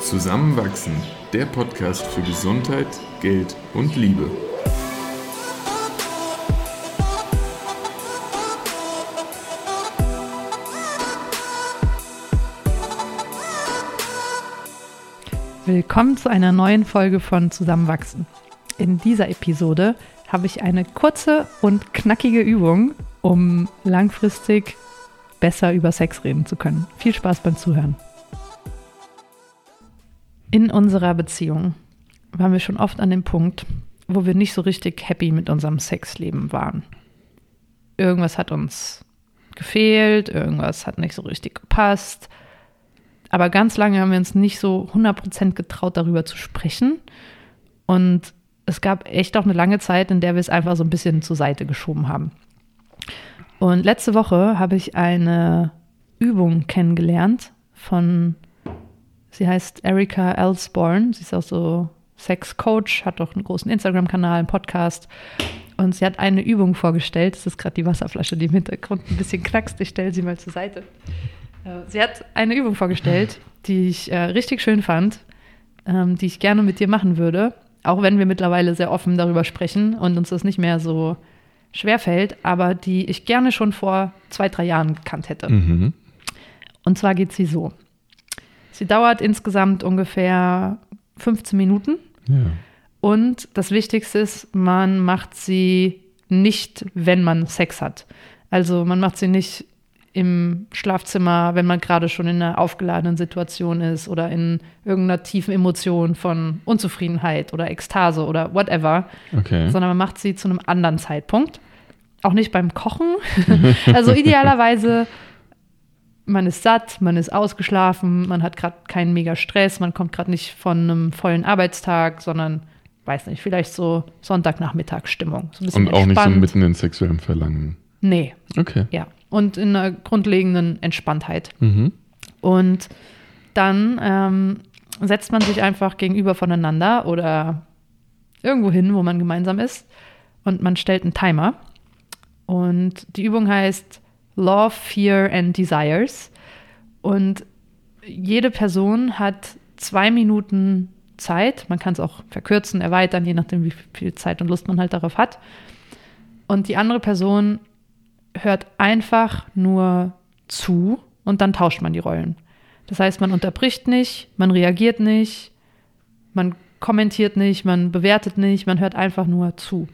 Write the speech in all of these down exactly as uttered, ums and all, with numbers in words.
Zusammenwachsen, der Podcast für Gesundheit, Geld und Liebe. Willkommen zu einer neuen Folge von Zusammenwachsen. In dieser Episode habe ich eine kurze und knackige Übung, um langfristig besser über Sex reden zu können. Viel Spaß beim Zuhören. In unserer Beziehung waren wir schon oft an dem Punkt, wo wir nicht so richtig happy mit unserem Sexleben waren. Irgendwas hat uns gefehlt, irgendwas hat nicht so richtig gepasst. Aber ganz lange haben wir uns nicht so hundert Prozent getraut, darüber zu sprechen. Und es gab echt auch eine lange Zeit, in der wir es einfach so ein bisschen zur Seite geschoben haben. Und letzte Woche habe ich eine Übung kennengelernt von, sie heißt Erica Elsborn. Sie ist auch so Sex-Coach, hat auch einen großen Instagram-Kanal, einen Podcast. Und sie hat eine Übung vorgestellt. Das ist gerade die Wasserflasche, die im Hintergrund ein bisschen knackst. Ich stelle sie mal zur Seite. Sie hat eine Übung vorgestellt, die ich äh, richtig schön fand, ähm, die ich gerne mit dir machen würde, auch wenn wir mittlerweile sehr offen darüber sprechen und uns das nicht mehr so schwerfällt, aber die ich gerne schon vor zwei, drei Jahren gekannt hätte. Mhm. Und zwar geht sie so. Sie dauert insgesamt ungefähr fünfzehn Minuten. Ja. Und das Wichtigste ist, man macht sie nicht, wenn man Sex hat. Also man macht sie nicht im Schlafzimmer, wenn man gerade schon in einer aufgeladenen Situation ist oder in irgendeiner tiefen Emotion von Unzufriedenheit oder Ekstase oder whatever, okay. Sondern man macht sie zu einem anderen Zeitpunkt. Auch nicht beim Kochen. Also idealerweise, man ist satt, man ist ausgeschlafen, man hat gerade keinen mega Stress, man kommt gerade nicht von einem vollen Arbeitstag, sondern, weiß nicht, vielleicht so Sonntagnachmittagsstimmung. So ein bisschen Und auch entspannt. Nicht so mitten in sexuellem Verlangen. Nee. Okay. Ja. Und in einer grundlegenden Entspanntheit. Mhm. Und dann ähm, setzt man sich einfach gegenüber voneinander oder irgendwo hin, wo man gemeinsam ist. Und man stellt einen Timer. Und die Übung heißt Love, Fear and Desires. Und jede Person hat zwei Minuten Zeit. Man kann es auch verkürzen, erweitern, je nachdem, wie viel Zeit und Lust man halt darauf hat. Und die andere Person hört einfach nur zu und dann tauscht man die Rollen. Das heißt, man unterbricht nicht, man reagiert nicht, man kommentiert nicht, man bewertet nicht, man hört einfach nur zu.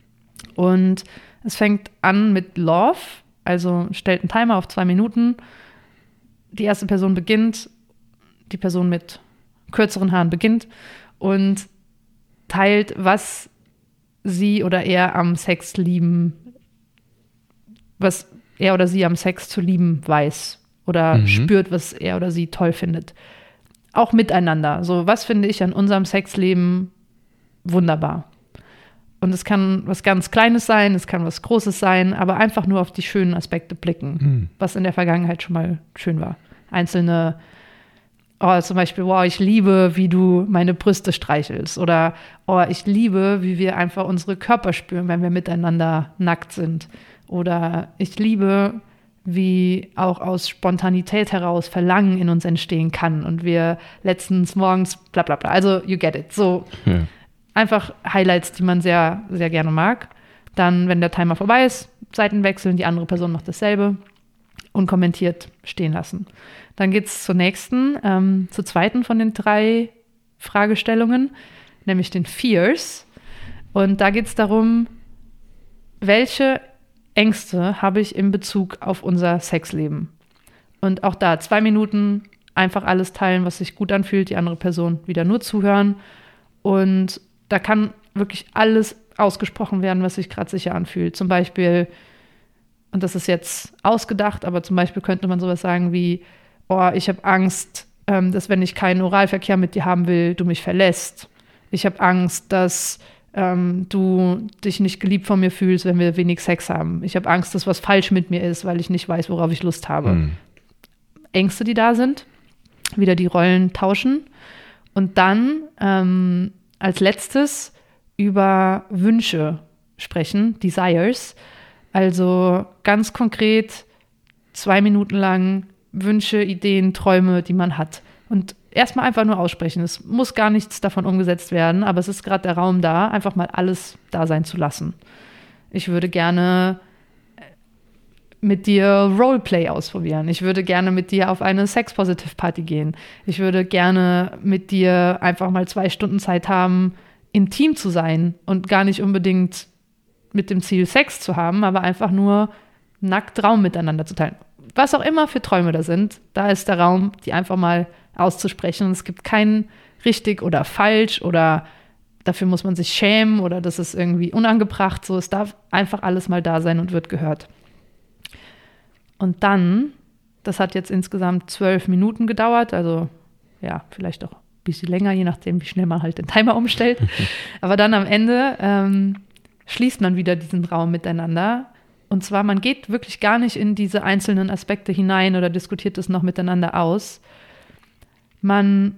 Und es fängt an mit Love, also stellt einen Timer auf zwei Minuten. Die erste Person beginnt, die Person mit kürzeren Haaren beginnt und teilt, was sie oder er am Sex lieben was er oder sie am Sex zu lieben weiß oder mhm. spürt, was er oder sie toll findet. Auch miteinander. So, was finde ich an unserem Sexleben wunderbar? Und es kann was ganz Kleines sein, es kann was Großes sein, aber einfach nur auf die schönen Aspekte blicken, mhm. was in der Vergangenheit schon mal schön war. Einzelne, oh, zum Beispiel, wow, ich liebe, wie du meine Brüste streichelst oder oh, ich liebe, wie wir einfach unsere Körper spüren, wenn wir miteinander nackt sind. Oder ich liebe, wie auch aus Spontanität heraus Verlangen in uns entstehen kann und wir letztens morgens bla bla bla. Also you get it. So ja. Einfach Highlights, die man sehr, sehr gerne mag. Dann, wenn der Timer vorbei ist, Seiten wechseln, die andere Person macht dasselbe, unkommentiert stehen lassen. Dann geht es zur nächsten, ähm, zur zweiten von den drei Fragestellungen, nämlich den Fears. Und da geht es darum, welche Ängste habe ich in Bezug auf unser Sexleben. Und auch da zwei Minuten einfach alles teilen, was sich gut anfühlt, die andere Person wieder nur zuhören. Und da kann wirklich alles ausgesprochen werden, was sich gerade sicher anfühlt. Zum Beispiel, und das ist jetzt ausgedacht, aber zum Beispiel könnte man sowas sagen wie, oh, ich habe Angst, ähm, dass wenn ich keinen Oralverkehr mit dir haben will, du mich verlässt. Ich habe Angst, dass Ähm, du dich nicht geliebt von mir fühlst, wenn wir wenig Sex haben. Ich habe Angst, dass was falsch mit mir ist, weil ich nicht weiß, worauf ich Lust habe. Mhm. Ängste, die da sind, wieder die Rollen tauschen und dann ähm, als letztes über Wünsche sprechen, Desires. Also ganz konkret zwei Minuten lang Wünsche, Ideen, Träume, die man hat. Und erstmal einfach nur aussprechen. Es muss gar nichts davon umgesetzt werden, aber es ist gerade der Raum da, einfach mal alles da sein zu lassen. Ich würde gerne mit dir Roleplay ausprobieren. Ich würde gerne mit dir auf eine Sex-Positive-Party gehen. Ich würde gerne mit dir einfach mal zwei Stunden Zeit haben, intim zu sein und gar nicht unbedingt mit dem Ziel, Sex zu haben, aber einfach nur nackt Raum miteinander zu teilen. Was auch immer für Träume da sind, da ist der Raum, die einfach mal auszusprechen. Und es gibt kein richtig oder falsch oder dafür muss man sich schämen oder das ist irgendwie unangebracht. So, es darf einfach alles mal da sein und wird gehört. Und dann, das hat jetzt insgesamt zwölf Minuten gedauert, also ja, vielleicht auch ein bisschen länger, je nachdem, wie schnell man halt den Timer umstellt. Aber dann am Ende ähm, schließt man wieder diesen Raum miteinander. Und zwar, man geht wirklich gar nicht in diese einzelnen Aspekte hinein oder diskutiert es noch miteinander aus. Man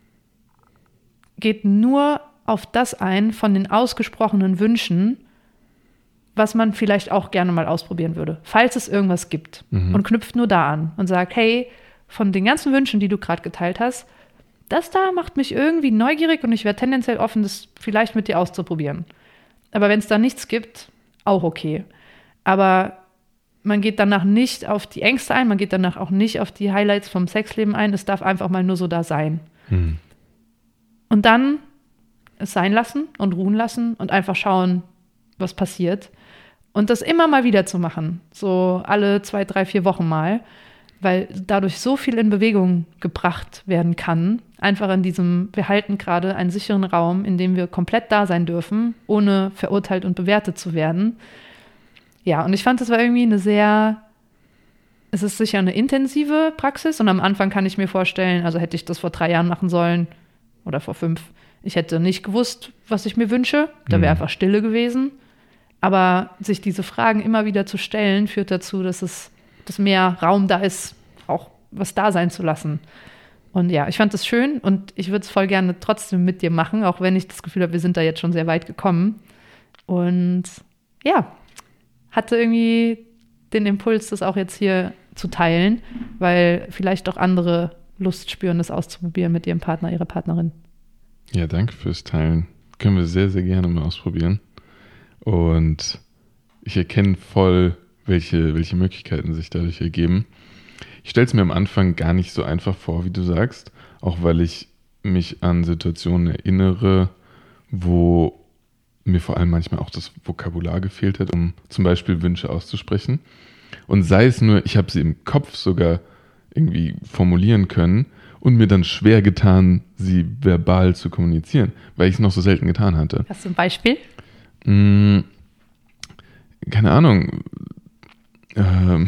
geht nur auf das ein von den ausgesprochenen Wünschen, was man vielleicht auch gerne mal ausprobieren würde, falls es irgendwas gibt. Mhm. Und knüpft nur da an und sagt, hey, von den ganzen Wünschen, die du gerade geteilt hast, das da macht mich irgendwie neugierig und ich wäre tendenziell offen, das vielleicht mit dir auszuprobieren. Aber wenn es da nichts gibt, auch okay. Aber man geht danach nicht auf die Ängste ein, man geht danach auch nicht auf die Highlights vom Sexleben ein. Es darf einfach mal nur so da sein. Mhm. Und dann es sein lassen und ruhen lassen und einfach schauen, was passiert. Und das immer mal wieder zu machen, so alle zwei, drei, vier Wochen mal, weil dadurch so viel in Bewegung gebracht werden kann. Einfach in diesem, wir halten gerade einen sicheren Raum, in dem wir komplett da sein dürfen, ohne verurteilt und bewertet zu werden. Ja, und ich fand, das war irgendwie eine sehr, es ist sicher eine intensive Praxis und am Anfang kann ich mir vorstellen, also hätte ich das vor drei Jahren machen sollen oder vor fünf, ich hätte nicht gewusst, was ich mir wünsche, da wäre mhm. einfach Stille gewesen. Aber sich diese Fragen immer wieder zu stellen, führt dazu, dass es, dass mehr Raum da ist, auch was da sein zu lassen. Und ja, ich fand das schön und ich würde es voll gerne trotzdem mit dir machen, auch wenn ich das Gefühl habe, wir sind da jetzt schon sehr weit gekommen. Und ja, hatte irgendwie den Impuls, das auch jetzt hier zu teilen, weil vielleicht auch andere Lust spüren, das auszuprobieren mit ihrem Partner, ihrer Partnerin. Ja, danke fürs Teilen. Können wir sehr, sehr gerne mal ausprobieren. Und ich erkenne voll, welche, welche Möglichkeiten sich dadurch ergeben. Ich stelle es mir am Anfang gar nicht so einfach vor, wie du sagst, auch weil ich mich an Situationen erinnere, wo mir vor allem manchmal auch das Vokabular gefehlt hat, um zum Beispiel Wünsche auszusprechen. Und sei es nur, ich habe sie im Kopf sogar irgendwie formulieren können und mir dann schwer getan, sie verbal zu kommunizieren, weil ich es noch so selten getan hatte. Hast du ein Beispiel? Hm, keine Ahnung. Ähm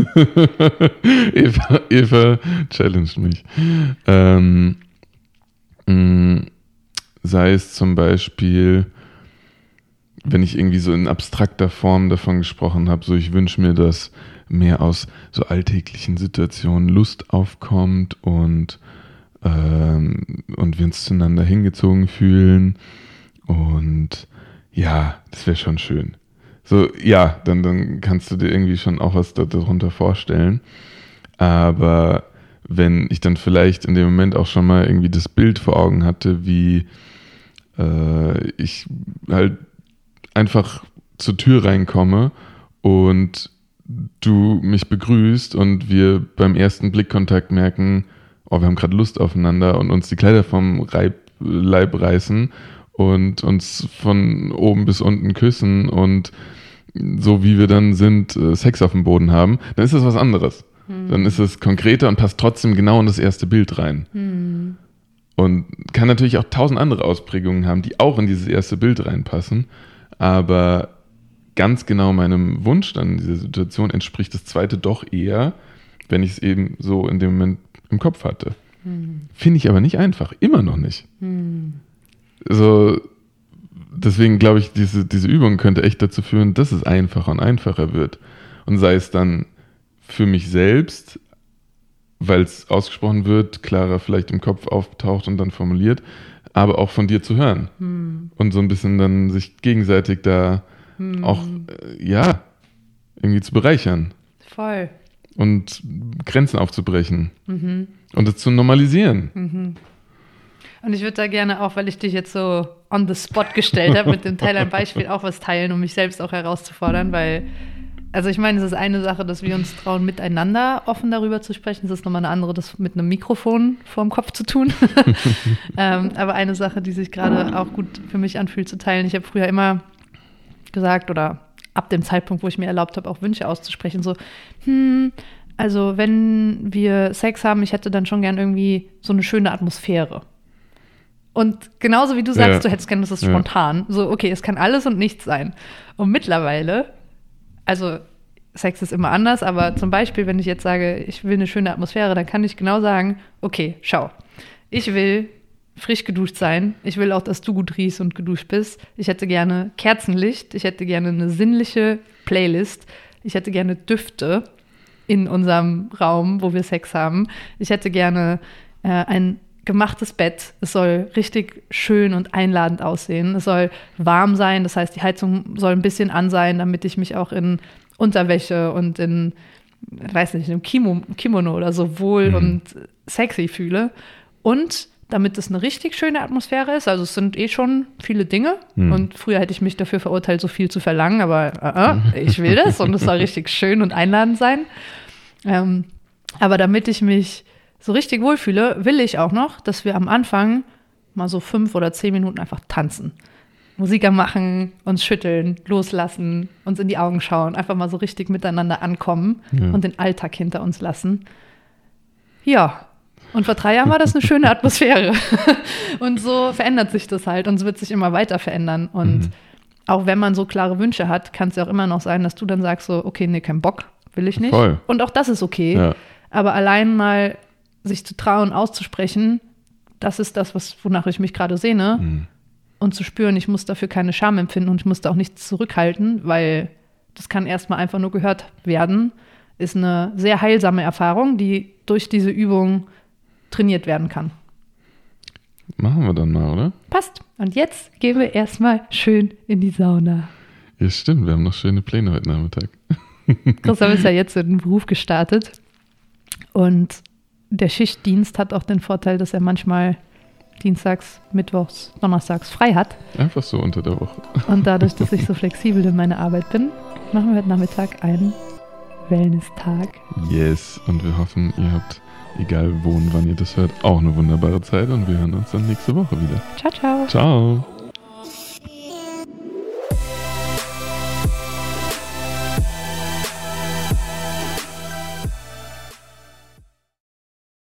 Eva, Eva challenged mich. Ähm, mh, sei es zum Beispiel, wenn ich irgendwie so in abstrakter Form davon gesprochen habe, so ich wünsche mir, dass mehr aus so alltäglichen Situationen Lust aufkommt und, ähm, und wir uns zueinander hingezogen fühlen und ja, das wäre schon schön. So, ja, dann, dann kannst du dir irgendwie schon auch was darunter vorstellen. Aber wenn ich dann vielleicht in dem Moment auch schon mal irgendwie das Bild vor Augen hatte, wie äh, ich halt einfach zur Tür reinkomme und du mich begrüßt und wir beim ersten Blickkontakt merken, oh, wir haben gerade Lust aufeinander und uns die Kleider vom Reib, Leib reißen und uns von oben bis unten küssen und so wie wir dann sind, Sex auf dem Boden haben, dann ist das was anderes. Hm. Dann ist es konkreter und passt trotzdem genau in das erste Bild rein. Hm. Und kann natürlich auch tausend andere Ausprägungen haben, die auch in dieses erste Bild reinpassen. Aber ganz genau meinem Wunsch dann in dieser Situation entspricht das zweite doch eher, wenn ich es eben so in dem Moment im Kopf hatte. Hm. Finde ich aber nicht einfach. Immer noch nicht. Hm. So, deswegen glaube ich, diese, diese Übung könnte echt dazu führen, dass es einfacher und einfacher wird. Und sei es dann für mich selbst, weil es ausgesprochen wird, klarer vielleicht im Kopf auftaucht und dann formuliert, aber auch von dir zu hören. Hm. Und so ein bisschen dann sich gegenseitig da hm. auch, äh, ja, irgendwie zu bereichern. Voll. und Grenzen aufzubrechen Mhm. und es zu normalisieren. Mhm. Und ich würde da gerne auch, weil ich dich jetzt so on the spot gestellt habe, mit dem Thailand-Beispiel auch was teilen, um mich selbst auch herauszufordern, weil, also ich meine, es ist eine Sache, dass wir uns trauen, miteinander offen darüber zu sprechen. Es ist nochmal eine andere, das mit einem Mikrofon vorm Kopf zu tun. ähm, aber eine Sache, die sich gerade auch gut für mich anfühlt zu teilen. Ich habe früher immer gesagt oder ab dem Zeitpunkt, wo ich mir erlaubt habe, auch Wünsche auszusprechen, so, hm, also wenn wir Sex haben, ich hätte dann schon gern irgendwie so eine schöne Atmosphäre. Und genauso wie du sagst, Ja. du hättest gerne, das ist Ja. spontan. So, okay, es kann alles und nichts sein. Und mittlerweile, also Sex ist immer anders, aber zum Beispiel, wenn ich jetzt sage, ich will eine schöne Atmosphäre, dann kann ich genau sagen, okay, schau, ich will frisch geduscht sein. Ich will auch, dass du gut riechst und geduscht bist. Ich hätte gerne Kerzenlicht. Ich hätte gerne eine sinnliche Playlist. Ich hätte gerne Düfte in unserem Raum, wo wir Sex haben. Ich hätte gerne äh, ein gemachtes Bett. Es soll richtig schön und einladend aussehen. Es soll warm sein. Das heißt, die Heizung soll ein bisschen an sein, damit ich mich auch in Unterwäsche und in, weiß nicht, in einem Kimo, Kimono oder so wohl Mhm. und sexy fühle. Und damit es eine richtig schöne Atmosphäre ist. Also es sind eh schon viele Dinge. Mhm. Und früher hätte ich mich dafür verurteilt, so viel zu verlangen. Aber uh, uh, ich will das und es soll richtig schön und einladend sein. Ähm, aber damit ich mich so richtig wohlfühle, will ich auch noch, dass wir am Anfang mal so fünf oder zehn Minuten einfach tanzen. Musik machen, uns schütteln, loslassen, uns in die Augen schauen, einfach mal so richtig miteinander ankommen Ja. und den Alltag hinter uns lassen. Ja, und vor drei Jahren war das eine schöne Atmosphäre. Und so verändert sich das halt und es wird sich immer weiter verändern. Und Mhm. auch wenn man so klare Wünsche hat, kann es ja auch immer noch sein, dass du dann sagst so, okay, nee, kein Bock, will ich nicht. Voll. Und auch das ist okay. Ja. Aber allein mal sich zu trauen, auszusprechen, das ist das, was, wonach ich mich gerade sehne. Mhm. Und zu spüren, ich muss dafür keine Scham empfinden und ich muss da auch nichts zurückhalten, weil das kann erstmal einfach nur gehört werden, ist eine sehr heilsame Erfahrung, die durch diese Übung trainiert werden kann. Machen wir dann mal, oder? Passt. Und jetzt gehen wir erstmal schön in die Sauna. Ja, stimmt. Wir haben noch schöne Pläne heute Nachmittag. Christoph ist ja jetzt in den Beruf gestartet und der Schichtdienst hat auch den Vorteil, dass er manchmal dienstags, mittwochs, donnerstags frei hat. Einfach so unter der Woche. Und dadurch, dass ich so flexibel in meiner Arbeit bin, machen wir heute Nachmittag einen Wellness-Tag. Yes. Und wir hoffen, ihr habt, egal wo und wann ihr das hört, auch eine wunderbare Zeit. Und wir hören uns dann nächste Woche wieder. Ciao, ciao. Ciao.